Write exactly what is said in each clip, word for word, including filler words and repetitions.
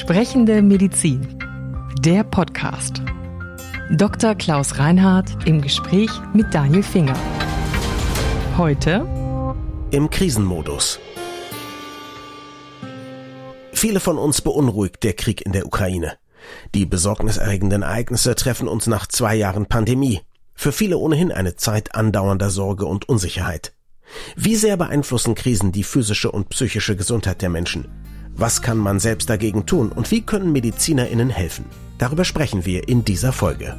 Sprechende Medizin. Der Podcast. Doktor Klaus Reinhardt im Gespräch mit Daniel Finger. Heute im Krisenmodus. Viele von uns beunruhigt der Krieg in der Ukraine. Die besorgniserregenden Ereignisse treffen uns nach zwei Jahren Pandemie. Für viele ohnehin eine Zeit andauernder Sorge und Unsicherheit. Wie sehr beeinflussen Krisen die physische und psychische Gesundheit der Menschen? Was kann man selbst dagegen tun und wie können MedizinerInnen helfen? Darüber sprechen wir in dieser Folge.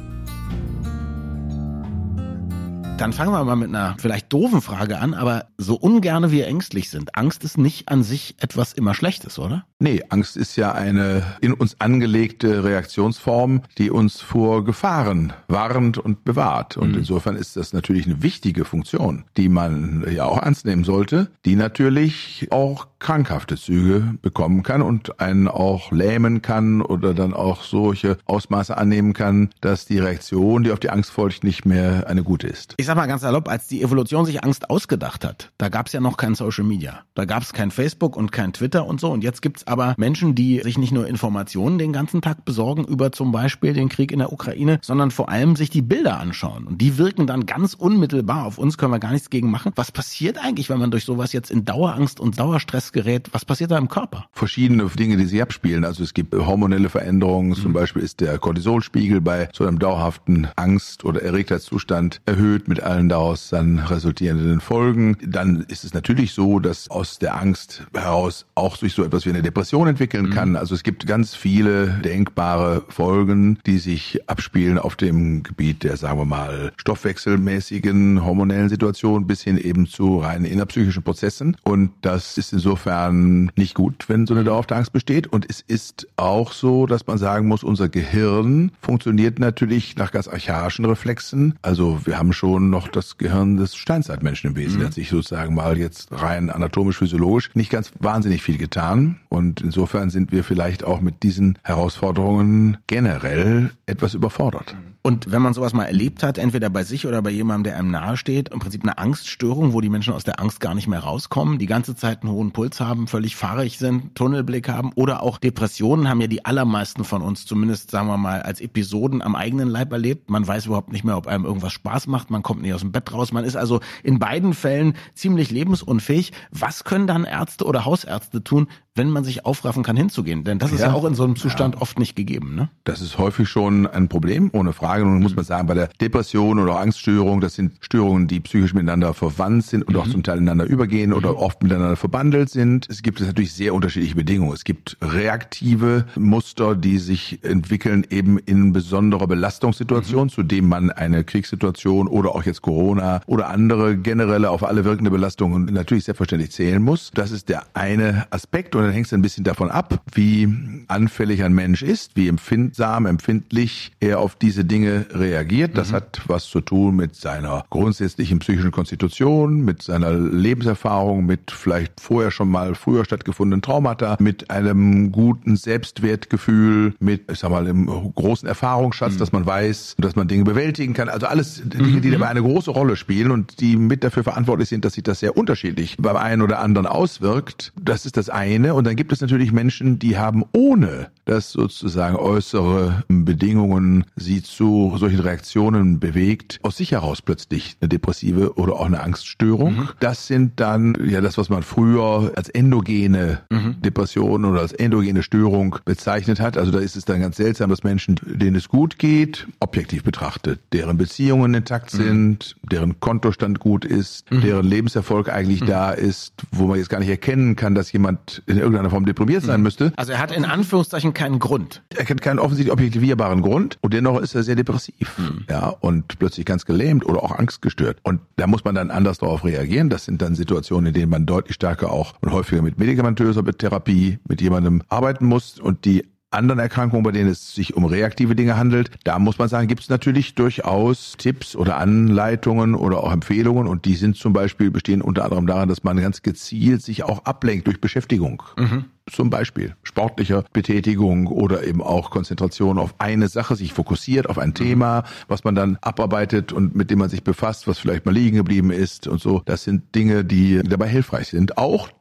Dann fangen wir mal mit einer vielleicht doofen Frage an, aber so ungerne wir ängstlich sind. Angst ist nicht an sich etwas immer Schlechtes, oder? Nee, Angst ist ja eine in uns angelegte Reaktionsform, die uns vor Gefahren warnt und bewahrt. Und mhm. insofern ist das natürlich eine wichtige Funktion, die man ja auch ernst nehmen sollte, die natürlich auch krankhafte Züge bekommen kann und einen auch lähmen kann oder dann auch solche Ausmaße annehmen kann, dass die Reaktion, die auf die Angst folgt, nicht mehr eine gute ist. Ich sag mal ganz salopp, als die Evolution sich Angst ausgedacht hat, da gab's ja noch kein Social Media. Da gab's kein Facebook und kein Twitter und so. Und jetzt gibt's aber Menschen, die sich nicht nur Informationen den ganzen Tag besorgen über zum Beispiel den Krieg in der Ukraine, sondern vor allem sich die Bilder anschauen. Und die wirken dann ganz unmittelbar auf uns, können wir gar nichts gegen machen. Was passiert eigentlich, wenn man durch sowas jetzt in Dauerangst und Dauerstress gerät? Was passiert da im Körper? Verschiedene Dinge, die sich abspielen. Also es gibt hormonelle Veränderungen. Mhm. Zum Beispiel ist der Cortisolspiegel bei so einem dauerhaften Angst- oder Erregtheitszustand erhöht mit allen daraus dann resultierenden Folgen. Dann ist es natürlich so, dass aus der Angst heraus auch sich so etwas wie eine Depression entwickeln kann. Mhm. Also es gibt ganz viele denkbare Folgen, die sich abspielen auf dem Gebiet der, sagen wir mal, stoffwechselmäßigen hormonellen Situation bis hin eben zu rein innerpsychischen Prozessen. Und das ist insofern nicht gut, wenn so eine dauerhafte Angst besteht. Und es ist auch so, dass man sagen muss, unser Gehirn funktioniert natürlich nach ganz archaischen Reflexen. Also wir haben schon noch das Gehirn des Steinzeitmenschen im Wesen. Mhm. Hat sich sozusagen mal jetzt rein anatomisch-physiologisch nicht ganz wahnsinnig viel getan. Und insofern sind wir vielleicht auch mit diesen Herausforderungen generell etwas überfordert. Und wenn man sowas mal erlebt hat, entweder bei sich oder bei jemandem, der einem nahe steht, im Prinzip eine Angststörung, wo die Menschen aus der Angst gar nicht mehr rauskommen, die ganze Zeit einen hohen Puls haben, völlig fahrig sind, Tunnelblick haben oder auch Depressionen haben ja die allermeisten von uns zumindest, sagen wir mal, als Episoden am eigenen Leib erlebt. Man weiß überhaupt nicht mehr, ob einem irgendwas Spaß macht, man kommt nicht aus dem Bett raus, man ist also in beiden Fällen ziemlich lebensunfähig. Was können dann Ärzte oder Hausärzte tun, wenn man sich aufraffen kann, hinzugehen? Denn das ist ja, ja auch in so einem Zustand ja. oft nicht gegeben, ne? Das ist häufig schon ein Problem, ohne Frage. Nun muss man sagen, bei der Depression oder Angststörung, das sind Störungen, die psychisch miteinander verwandt sind und mhm. auch zum Teil ineinander übergehen oder mhm. oft miteinander verbandelt sind. Es gibt natürlich sehr unterschiedliche Bedingungen. Es gibt reaktive Muster, die sich entwickeln eben in besonderer Belastungssituation, mhm. zu dem man eine Kriegssituation oder auch jetzt Corona oder andere generelle auf alle wirkende Belastungen natürlich selbstverständlich zählen muss. Das ist der eine Aspekt. Und dann hängt es ein bisschen davon ab, wie anfällig ein Mensch ist, wie empfindsam, empfindlich er auf diese Dinge reagiert. Das mhm. hat was zu tun mit seiner grundsätzlichen psychischen Konstitution, mit seiner Lebenserfahrung, mit vielleicht vorher schon mal früher stattgefundenen Traumata, mit einem guten Selbstwertgefühl, mit, ich sag mal, einem großen Erfahrungsschatz, mhm. dass man weiß, dass man Dinge bewältigen kann. Also alles Dinge, die dabei eine große Rolle spielen und die mit dafür verantwortlich sind, dass sich das sehr unterschiedlich beim einen oder anderen auswirkt. Das ist das eine. Und dann gibt es natürlich Menschen, die haben, ohne dass sozusagen äußere Bedingungen sie zu solchen Reaktionen bewegt, aus sich heraus plötzlich eine depressive oder auch eine Angststörung. Mhm. Das sind dann ja das, was man früher als endogene mhm. Depression oder als endogene Störung bezeichnet hat. Also da ist es dann ganz seltsam, dass Menschen, denen es gut geht, objektiv betrachtet, deren Beziehungen intakt mhm. sind, deren Kontostand gut ist, mhm. deren Lebenserfolg eigentlich mhm. da ist, wo man jetzt gar nicht erkennen kann, dass jemand in irgendeiner Form deprimiert sein müsste. Also er hat in Anführungszeichen keinen Grund. Er hat keinen offensichtlich objektivierbaren Grund und dennoch ist er sehr depressiv. Mhm. Ja, und plötzlich ganz gelähmt oder auch angstgestört. Und da muss man dann anders darauf reagieren. Das sind dann Situationen, in denen man deutlich stärker auch und häufiger mit medikamentöser Therapie mit jemandem arbeiten muss. Und die anderen Erkrankungen, bei denen es sich um reaktive Dinge handelt, da muss man sagen, gibt es natürlich durchaus Tipps oder Anleitungen oder auch Empfehlungen und die sind zum Beispiel, bestehen unter anderem daran, dass man ganz gezielt sich auch ablenkt durch Beschäftigung. Mhm. Zum Beispiel sportlicher Betätigung oder eben auch Konzentration auf eine Sache, sich fokussiert auf ein Thema, was man dann abarbeitet und mit dem man sich befasst, was vielleicht mal liegen geblieben ist und so. Das sind Dinge, die dabei hilfreich sind. Auch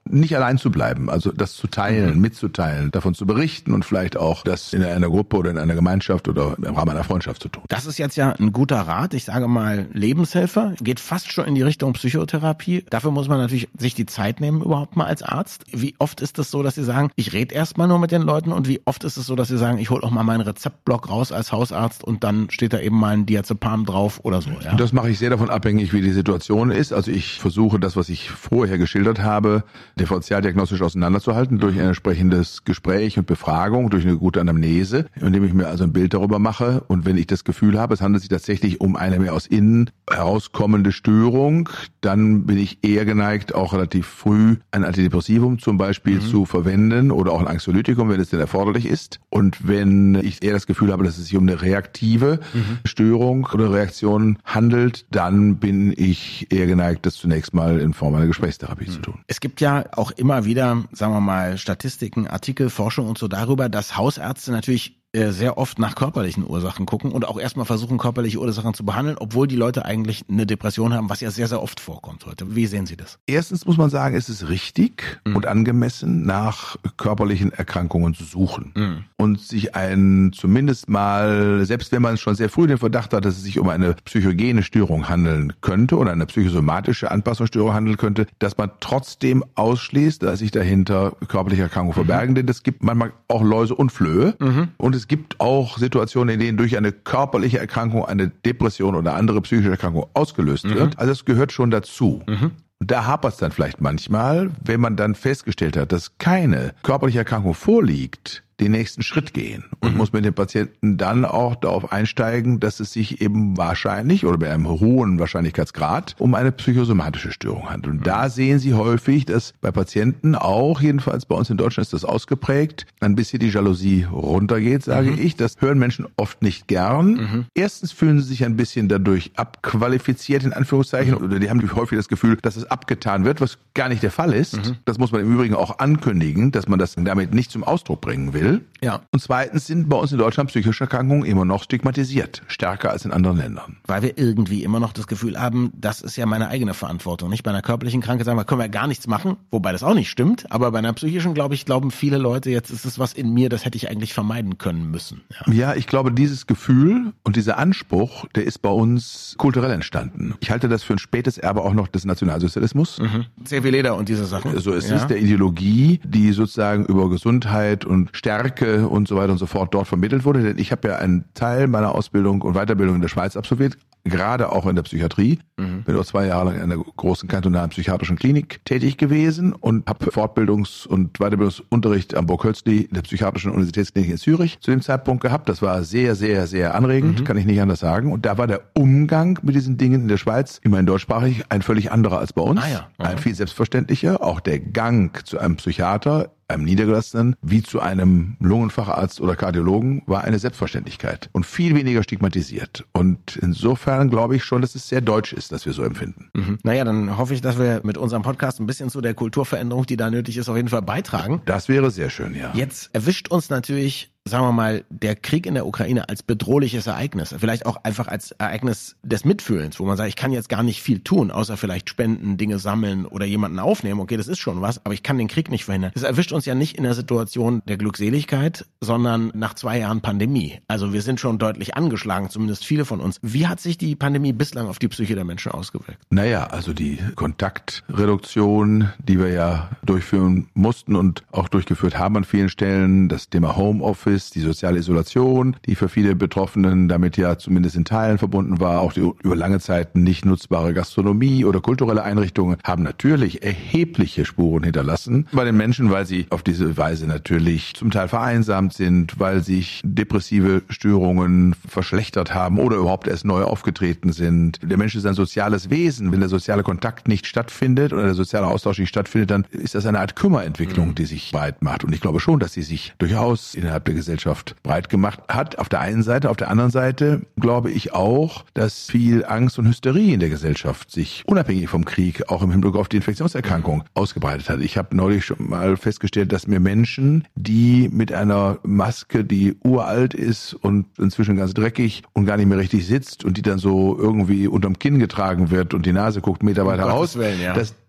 nicht allein zu bleiben, also das zu teilen, mhm. mitzuteilen, davon zu berichten und vielleicht auch das in einer Gruppe oder in einer Gemeinschaft oder im Rahmen einer Freundschaft zu tun. Das ist jetzt ja ein guter Rat, ich sage mal Lebenshelfer, geht fast schon in die Richtung Psychotherapie. Dafür muss man natürlich sich die Zeit nehmen überhaupt mal als Arzt. Wie oft ist es so, dass Sie sagen, ich rede erstmal nur mit den Leuten und wie oft ist es so, dass Sie sagen, ich hole auch mal meinen Rezeptblock raus als Hausarzt und dann steht da eben mal ein Diazepam drauf oder so. Ja? Das mache ich sehr davon abhängig, wie die Situation ist. Also ich versuche das, was ich vorher geschildert habe, differentialdiagnostisch auseinanderzuhalten durch ein entsprechendes Gespräch und Befragung, durch eine gute Anamnese, indem ich mir also ein Bild darüber mache. Und wenn ich das Gefühl habe, es handelt sich tatsächlich um eine mehr aus innen herauskommende Störung, dann bin ich eher geneigt, auch relativ früh ein Antidepressivum zum Beispiel mhm. zu verwenden oder auch ein Anxiolytikum, wenn es denn erforderlich ist. Und wenn ich eher das Gefühl habe, dass es sich um eine reaktive mhm. Störung oder Reaktion handelt, dann bin ich eher geneigt, das zunächst mal in Form einer Gesprächstherapie mhm. zu tun. Es gibt ja auch immer wieder, sagen wir mal, Statistiken, Artikel, Forschung und so darüber, dass Hausärzte natürlich sehr oft nach körperlichen Ursachen gucken und auch erstmal versuchen, körperliche Ursachen zu behandeln, obwohl die Leute eigentlich eine Depression haben, was ja sehr, sehr oft vorkommt heute. Wie sehen Sie das? Erstens muss man sagen, es ist richtig mhm. und angemessen, nach körperlichen Erkrankungen zu suchen mhm. und sich einen zumindest mal, selbst wenn man schon sehr früh den Verdacht hat, dass es sich um eine psychogene Störung handeln könnte oder eine psychosomatische Anpassungsstörung handeln könnte, dass man trotzdem ausschließt, dass sich dahinter körperliche Erkrankungen mhm. verbergen, denn es gibt manchmal auch Läuse und Flöhe mhm. und es Es gibt auch Situationen, in denen durch eine körperliche Erkrankung eine Depression oder andere psychische Erkrankung ausgelöst mhm. wird. Also es gehört schon dazu. Mhm. Und da hapert es dann vielleicht manchmal, wenn man dann festgestellt hat, dass keine körperliche Erkrankung vorliegt, den nächsten Schritt gehen und mhm. muss mit dem Patienten dann auch darauf einsteigen, dass es sich eben wahrscheinlich oder bei einem hohen Wahrscheinlichkeitsgrad um eine psychosomatische Störung handelt. Und mhm. da sehen Sie häufig, dass bei Patienten auch, jedenfalls bei uns in Deutschland ist das ausgeprägt, ein bisschen die Jalousie runtergeht, sage mhm. ich. Das hören Menschen oft nicht gern. Mhm. Erstens fühlen sie sich ein bisschen dadurch abqualifiziert, in Anführungszeichen, mhm. oder die haben häufig das Gefühl, dass es abgetan wird, was gar nicht der Fall ist. Mhm. Das muss man im Übrigen auch ankündigen, dass man das damit nicht zum Ausdruck bringen will. Ja. Und zweitens sind bei uns in Deutschland psychische Erkrankungen immer noch stigmatisiert, stärker als in anderen Ländern. Weil wir irgendwie immer noch das Gefühl haben, das ist ja meine eigene Verantwortung. Nicht bei einer körperlichen Krankheit sagen wir, können wir gar nichts machen, wobei das auch nicht stimmt. Aber bei einer psychischen, glaube ich, glauben viele Leute, jetzt ist es was in mir, das hätte ich eigentlich vermeiden können müssen. Ja, ja, ich glaube, dieses Gefühl und dieser Anspruch, der ist bei uns kulturell entstanden. Ich halte das für ein spätes Erbe auch noch des Nationalsozialismus. Mhm. C W Leder und diese Sachen. So ist ja. es, der Ideologie, die sozusagen über Gesundheit und Stärke und so weiter und so fort dort vermittelt wurde. Denn ich habe ja einen Teil meiner Ausbildung und Weiterbildung in der Schweiz absolviert, gerade auch in der Psychiatrie. Mhm. Bin auch zwei Jahre lang in einer großen kantonalen psychiatrischen Klinik tätig gewesen und habe Fortbildungs- und Weiterbildungsunterricht am Burghölzli in der psychiatrischen Universitätsklinik in Zürich zu dem Zeitpunkt gehabt. Das war sehr, sehr, sehr anregend, mhm. kann ich nicht anders sagen. Und da war der Umgang mit diesen Dingen in der Schweiz, immerhin deutschsprachig, ein völlig anderer als bei uns. Ah ja. mhm. Ein viel selbstverständlicher. Auch der Gang zu einem Psychiater, einem Niedergelassenen, wie zu einem Lungenfacharzt oder Kardiologen, war eine Selbstverständlichkeit und viel weniger stigmatisiert. Und insofern glaube ich schon, dass es sehr deutsch ist, dass wir so empfinden. Mhm. Naja, dann hoffe ich, dass wir mit unserem Podcast ein bisschen zu der Kulturveränderung, die da nötig ist, auf jeden Fall beitragen. Das wäre sehr schön, ja. Jetzt erwischt uns natürlich, sagen wir mal, der Krieg in der Ukraine als bedrohliches Ereignis, vielleicht auch einfach als Ereignis des Mitfühlens, wo man sagt, ich kann jetzt gar nicht viel tun, außer vielleicht spenden, Dinge sammeln oder jemanden aufnehmen. Okay, das ist schon was, aber ich kann den Krieg nicht verhindern. Das erwischt uns ja nicht in der Situation der Glückseligkeit, sondern nach zwei Jahren Pandemie. Also wir sind schon deutlich angeschlagen, zumindest viele von uns. Wie hat sich die Pandemie bislang auf die Psyche der Menschen ausgewirkt? Naja, also die Kontaktreduktion, die wir ja durchführen mussten und auch durchgeführt haben an vielen Stellen, das Thema Homeoffice, die soziale Isolation, die für viele Betroffenen damit ja zumindest in Teilen verbunden war, auch die über lange Zeit nicht nutzbare Gastronomie oder kulturelle Einrichtungen haben natürlich erhebliche Spuren hinterlassen bei den Menschen, weil sie auf diese Weise natürlich zum Teil vereinsamt sind, weil sich depressive Störungen verschlechtert haben oder überhaupt erst neu aufgetreten sind. Der Mensch ist ein soziales Wesen. Wenn der soziale Kontakt nicht stattfindet oder der soziale Austausch nicht stattfindet, dann ist das eine Art Kümmerentwicklung, mhm. die sich breit macht. Und ich glaube schon, dass sie sich durchaus innerhalb der Gesellschaft breit gemacht hat. Auf der einen Seite, auf der anderen Seite glaube ich auch, dass viel Angst und Hysterie in der Gesellschaft sich unabhängig vom Krieg auch im Hinblick auf die Infektionserkrankung ausgebreitet hat. Ich habe neulich schon mal festgestellt, dass mir Menschen, die mit einer Maske, die uralt ist und inzwischen ganz dreckig und gar nicht mehr richtig sitzt und die dann so irgendwie unterm Kinn getragen wird und die Nase guckt Meter weiter raus, Willen, ja. dass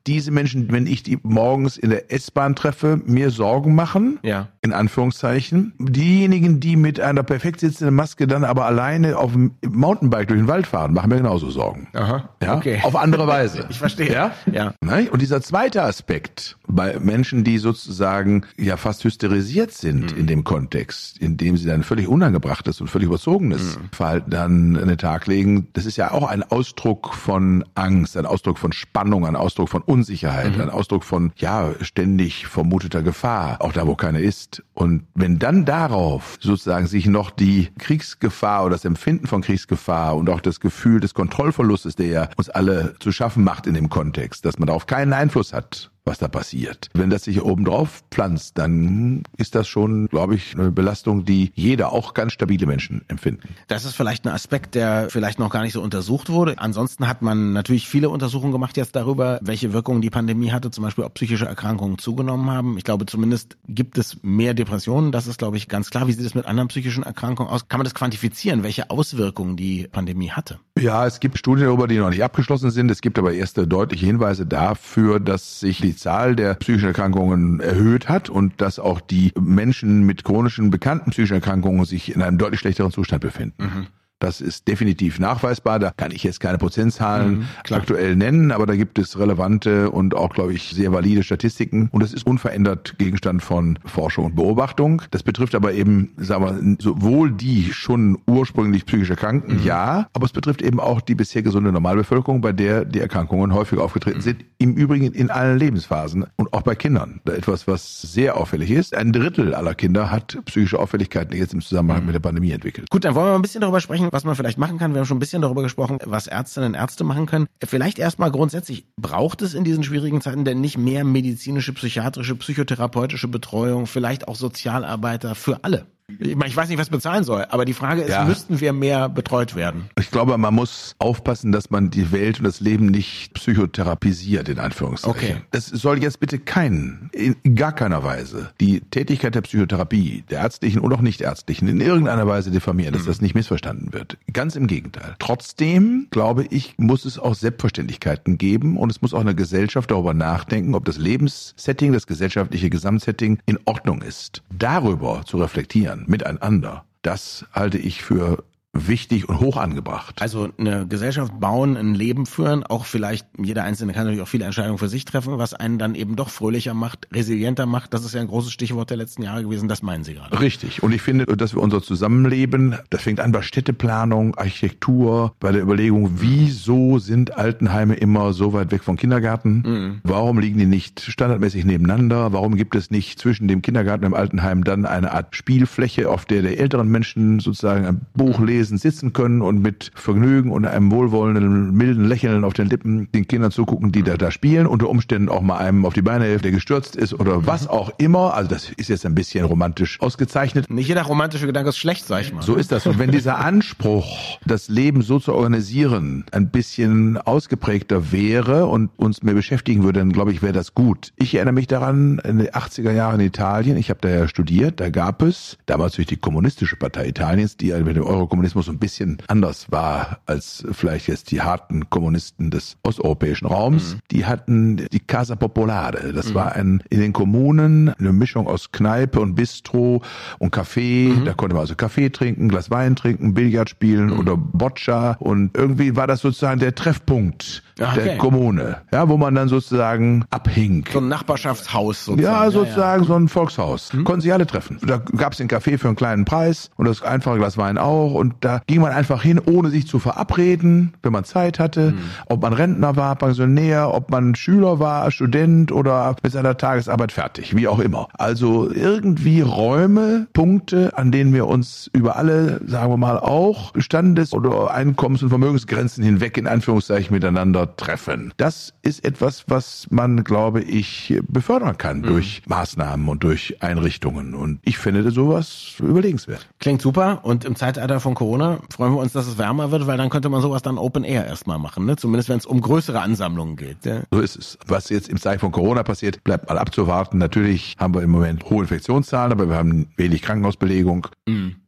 diese Menschen, wenn ich die morgens in der S-Bahn treffe, mir Sorgen machen, ja. in Anführungszeichen. Diejenigen, die mit einer perfekt sitzenden Maske dann aber alleine auf dem Mountainbike durch den Wald fahren, machen mir genauso Sorgen. Aha, ja? Okay. Auf andere Weise. Ich verstehe. Ja? Ja. Und dieser zweite Aspekt, bei Menschen, die sozusagen ja fast hysterisiert sind mhm. in dem Kontext, in dem sie dann völlig unangebrachtes und völlig überzogenes mhm. Verhalten dann an den Tag legen, das ist ja auch ein Ausdruck von Angst, ein Ausdruck von Spannung, ein Ausdruck von Unsicherheit, mhm. ein Ausdruck von, ja, ständig vermuteter Gefahr, auch da, wo keine ist. Und wenn dann darauf sozusagen sich noch die Kriegsgefahr oder das Empfinden von Kriegsgefahr und auch das Gefühl des Kontrollverlustes, der ja uns alle zu schaffen macht in dem Kontext, dass man darauf keinen Einfluss hat, was da passiert. Wenn das sich oben drauf pflanzt, dann ist das schon, glaube ich, eine Belastung, die jeder, auch ganz stabile Menschen empfinden. Das ist vielleicht ein Aspekt, der vielleicht noch gar nicht so untersucht wurde. Ansonsten hat man natürlich viele Untersuchungen gemacht jetzt darüber, welche Wirkungen die Pandemie hatte, zum Beispiel ob psychische Erkrankungen zugenommen haben. Ich glaube, zumindest gibt es mehr Depressionen. Das ist, glaube ich, ganz klar. Wie sieht es mit anderen psychischen Erkrankungen aus? Kann man das quantifizieren, welche Auswirkungen die Pandemie hatte? Ja, es gibt Studien darüber, die noch nicht abgeschlossen sind. Es gibt aber erste deutliche Hinweise dafür, dass sich die Zahl der psychischen Erkrankungen erhöht hat und dass auch die Menschen mit chronischen bekannten psychischen Erkrankungen sich in einem deutlich schlechteren Zustand befinden. Mhm. Das ist definitiv nachweisbar. Da kann ich jetzt keine Prozentzahlen mhm, aktuell nennen, aber da gibt es relevante und auch, glaube ich, sehr valide Statistiken. Und das ist unverändert Gegenstand von Forschung und Beobachtung. Das betrifft aber eben, sagen wir, sowohl die schon ursprünglich psychisch Erkrankten, mhm. ja, aber es betrifft eben auch die bisher gesunde Normalbevölkerung, bei der die Erkrankungen häufig aufgetreten mhm. sind. Im Übrigen in allen Lebensphasen und auch bei Kindern. Da etwas, was sehr auffällig ist. Ein Drittel aller Kinder hat psychische Auffälligkeiten jetzt im Zusammenhang mhm. mit der Pandemie entwickelt. Gut, dann wollen wir mal ein bisschen darüber sprechen, was man vielleicht machen kann. Wir haben schon ein bisschen darüber gesprochen, was Ärztinnen und Ärzte machen können. Vielleicht erstmal grundsätzlich, braucht es in diesen schwierigen Zeiten denn nicht mehr medizinische, psychiatrische, psychotherapeutische Betreuung, vielleicht auch Sozialarbeiter für alle? Ich meine, ich weiß nicht, was bezahlen soll, aber die Frage ist, ja. müssten wir mehr betreut werden? Ich glaube, man muss aufpassen, dass man die Welt und das Leben nicht psychotherapisiert, in Anführungszeichen. Okay. Das soll jetzt bitte keinen, in gar keiner Weise, die Tätigkeit der Psychotherapie, der ärztlichen und auch nichtärztlichen, in irgendeiner Weise diffamieren, dass mhm. das nicht missverstanden wird. Ganz im Gegenteil. Trotzdem, glaube ich, muss es auch Selbstverständlichkeiten geben und es muss auch eine Gesellschaft darüber nachdenken, ob das Lebenssetting, das gesellschaftliche Gesamtsetting in Ordnung ist. Darüber zu reflektieren, miteinander, das halte ich für wichtig und hoch angebracht. Also eine Gesellschaft bauen, ein Leben führen, auch vielleicht jeder Einzelne kann natürlich auch viele Entscheidungen für sich treffen, was einen dann eben doch fröhlicher macht, resilienter macht. Das ist ja ein großes Stichwort der letzten Jahre gewesen, das meinen Sie gerade. Richtig. Und ich finde, dass wir unser Zusammenleben, das fängt an bei Städteplanung, Architektur, bei der Überlegung, wieso sind Altenheime immer so weit weg vom Kindergarten? Mhm. Warum liegen die nicht standardmäßig nebeneinander? Warum gibt es nicht zwischen dem Kindergarten und dem Altenheim dann eine Art Spielfläche, auf der die älteren Menschen sozusagen ein Buch lesen, sitzen können und mit Vergnügen und einem wohlwollenden, milden Lächeln auf den Lippen den Kindern zugucken, die da, da spielen, unter Umständen auch mal einem auf die Beine hilft, der gestürzt ist oder mhm. was auch immer. Also das ist jetzt ein bisschen romantisch ausgezeichnet. Nicht jeder romantische Gedanke ist schlecht, sag ich mal. So ist das. Und wenn dieser Anspruch, das Leben so zu organisieren, ein bisschen ausgeprägter wäre und uns mehr beschäftigen würde, dann glaube ich, wäre das gut. Ich erinnere mich daran, in den achtziger Jahren in Italien, ich habe da ja studiert, da gab es damals durch die kommunistische Partei Italiens, die mit dem Eurokommunismus so ein bisschen anders war als vielleicht jetzt die harten Kommunisten des osteuropäischen Raums. Mhm. Die hatten die Casa Popolare. Das mhm. war ein in den Kommunen eine Mischung aus Kneipe und Bistro und Café. Mhm. Da konnte man also Kaffee trinken, Glas Wein trinken, Billard spielen mhm. oder Boccia. Und irgendwie war das sozusagen der Treffpunkt okay. der Kommune, ja, wo man dann sozusagen abhing. So ein Nachbarschaftshaus sozusagen. Ja, sozusagen ja, ja. so ein Volkshaus. Mhm. Konnten sich alle treffen. Da gab es den Kaffee für einen kleinen Preis und das einfache Glas Wein auch. Und da ging man einfach hin, ohne sich zu verabreden, wenn man Zeit hatte. Mhm. Ob man Rentner war, Pensionär, ob man Schüler war, Student oder mit seiner Tagesarbeit fertig, wie auch immer. Also irgendwie Räume, Punkte, an denen wir uns über alle, sagen wir mal, auch Standes- oder Einkommens- und Vermögensgrenzen hinweg in Anführungszeichen miteinander treffen. Das ist etwas, was man, glaube ich, befördern kann mhm. durch Maßnahmen und durch Einrichtungen. Und ich finde sowas überlegenswert. Klingt super. Und im Zeitalter von Corona freuen wir uns, dass es wärmer wird, weil dann könnte man sowas dann Open Air erstmal machen, ne? Zumindest wenn es um größere Ansammlungen geht. Ja? So ist es. Was jetzt im Zeichen von Corona passiert, bleibt mal abzuwarten. Natürlich haben wir im Moment hohe Infektionszahlen, aber wir haben wenig Krankenhausbelegung. Mhm.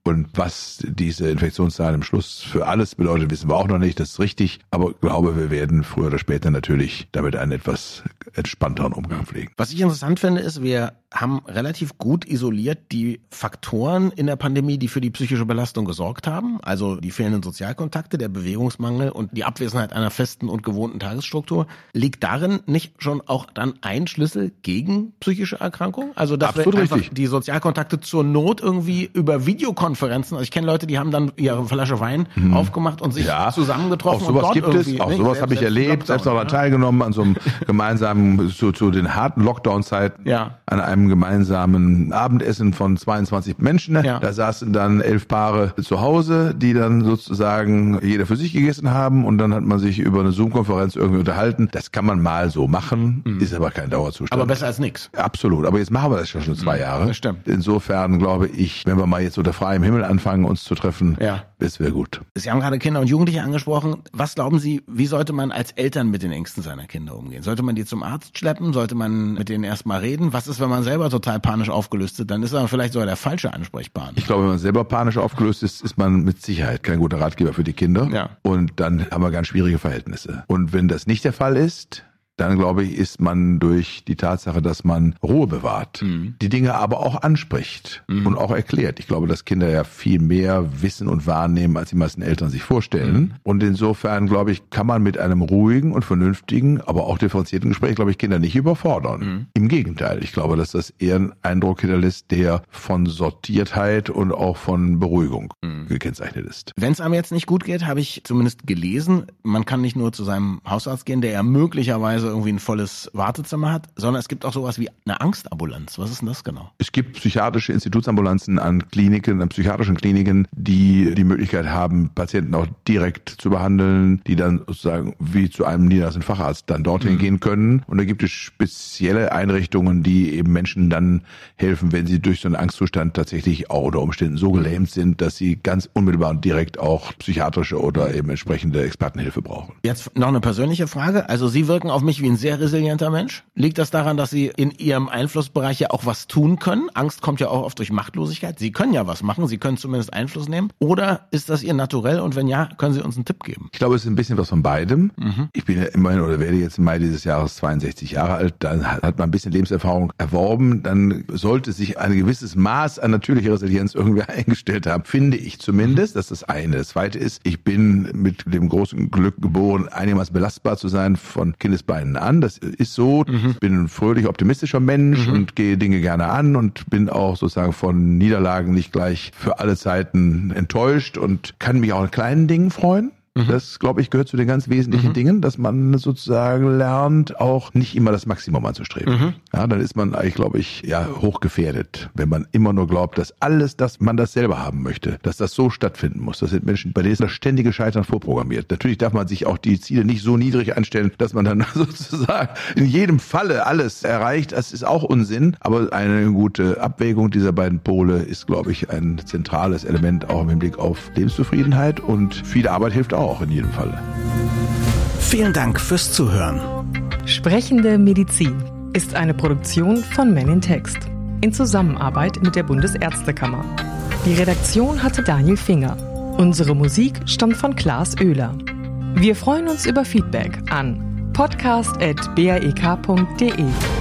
Und was diese Infektionszahlen im Schluss für alles bedeutet, wissen wir auch noch nicht. Das ist richtig. Aber ich glaube, wir werden früher oder später natürlich damit einen etwas entspannteren Umgang pflegen. Was ich interessant finde, ist, wir haben relativ gut isoliert die Faktoren in der Pandemie, die für die psychische Belastung gesorgt haben. Also die fehlenden Sozialkontakte, der Bewegungsmangel und die Abwesenheit einer festen und gewohnten Tagesstruktur. Liegt darin nicht schon auch dann ein Schlüssel gegen psychische Erkrankungen? Also dass Absolut wir einfach richtig. Die Sozialkontakte zur Not irgendwie über Videokonferenzen, also ich kenne Leute, die haben dann ihre Flasche Wein mhm. aufgemacht und sich ja, zusammengetroffen. Auch sowas und dort gibt es, auch ne, sowas habe ich erlebt, selbst auch daran teilgenommen an so einem gemeinsamen, zu, zu den harten Lockdown-Zeiten, ja. an einem gemeinsamen Abendessen von zweiundzwanzig Menschen. Ja. Da saßen dann elf Paare zu Hause, die dann sozusagen jeder für sich gegessen haben und dann hat man sich über eine Zoom-Konferenz irgendwie unterhalten. Das kann man mal so machen, mhm. ist aber kein Dauerzustand. Aber besser als nichts. Absolut, aber jetzt machen wir das schon schon zwei Jahre. Das stimmt. Insofern glaube ich, wenn wir mal jetzt unter freiem Himmel anfangen, uns zu treffen, ja. das wäre gut. Sie haben gerade Kinder und Jugendliche angesprochen. Was glauben Sie, wie sollte man als Eltern mit den Ängsten seiner Kinder umgehen? Sollte man die zum Arzt schleppen? Sollte man mit denen erstmal reden? Was ist, wenn man selber total panisch aufgelöst ist? Dann ist man vielleicht sogar der falsche Ansprechpartner. Ich glaube, wenn man selber panisch aufgelöst ist, ist man mit Sicherheit kein guter Ratgeber für die Kinder. Ja. Und dann haben wir ganz schwierige Verhältnisse. Und wenn das nicht der Fall ist, dann glaube ich, ist man durch die Tatsache, dass man Ruhe bewahrt, mhm. die Dinge aber auch anspricht mhm. und auch erklärt. Ich glaube, dass Kinder ja viel mehr wissen und wahrnehmen, als die meisten Eltern sich vorstellen. Mhm. Und insofern, glaube ich, kann man mit einem ruhigen und vernünftigen, aber auch differenzierten Gespräch, glaube ich, Kinder nicht überfordern. Mhm. Im Gegenteil. Ich glaube, dass das eher einen Eindruck hinterlässt, der von Sortiertheit und auch von Beruhigung mhm. gekennzeichnet ist. Wenn es einem jetzt nicht gut geht, habe ich zumindest gelesen, man kann nicht nur zu seinem Hausarzt gehen, der ja möglicherweise irgendwie ein volles Wartezimmer hat, sondern es gibt auch sowas wie eine Angstambulanz. Was ist denn das genau? Es gibt psychiatrische Institutsambulanzen an Kliniken, an psychiatrischen Kliniken, die die Möglichkeit haben, Patienten auch direkt zu behandeln, die dann sozusagen wie zu einem niedergelassenen Facharzt dann dorthin mhm. gehen können. Und da gibt es spezielle Einrichtungen, die eben Menschen dann helfen, wenn sie durch so einen Angstzustand tatsächlich auch unter Umständen so gelähmt sind, dass sie ganz unmittelbar und direkt auch psychiatrische oder eben entsprechende Expertenhilfe brauchen. Jetzt noch eine persönliche Frage. Also Sie wirken auf mich wie ein sehr resilienter Mensch. Liegt das daran, dass Sie in Ihrem Einflussbereich ja auch was tun können? Angst kommt ja auch oft durch Machtlosigkeit. Sie können ja was machen, Sie können zumindest Einfluss nehmen. Oder ist das Ihr Naturell? Und wenn ja, können Sie uns einen Tipp geben? Ich glaube, es ist ein bisschen was von beidem. Mhm. Ich bin ja immerhin oder werde jetzt im Mai dieses Jahres zweiundsechzig Jahre alt. Dann hat man ein bisschen Lebenserfahrung erworben. Dann sollte sich ein gewisses Maß an natürlicher Resilienz irgendwie eingestellt haben, finde ich zumindest. Das ist das eine. Das zweite ist, ich bin mit dem großen Glück geboren, einigermaßen belastbar zu sein von Kindesbeinen an. Das ist so. Mhm. Ich bin ein fröhlich optimistischer Mensch mhm. und gehe Dinge gerne an und bin auch sozusagen von Niederlagen nicht gleich für alle Zeiten enttäuscht und kann mich auch an kleinen Dingen freuen. Das, glaube ich, gehört zu den ganz wesentlichen mhm. Dingen, dass man sozusagen lernt, auch nicht immer das Maximum anzustreben. Mhm. Ja, dann ist man eigentlich, glaube ich, ja hochgefährdet, wenn man immer nur glaubt, dass alles, dass man das selber haben möchte, dass das so stattfinden muss. Das sind Menschen, bei denen ist das ständige Scheitern vorprogrammiert. Natürlich darf man sich auch die Ziele nicht so niedrig einstellen, dass man dann sozusagen in jedem Falle alles erreicht. Das ist auch Unsinn, aber eine gute Abwägung dieser beiden Pole ist, glaube ich, ein zentrales Element auch im Hinblick auf Lebenszufriedenheit und viel Arbeit hilft auch. Auch in jedem Fall. Vielen Dank fürs Zuhören. Sprechende Medizin ist eine Produktion von Men in Text in Zusammenarbeit mit der Bundesärztekammer. Die Redaktion hatte Daniel Finger. Unsere Musik stammt von Klaas Oehler. Wir freuen uns über Feedback an podcast at b r e k punkt d e.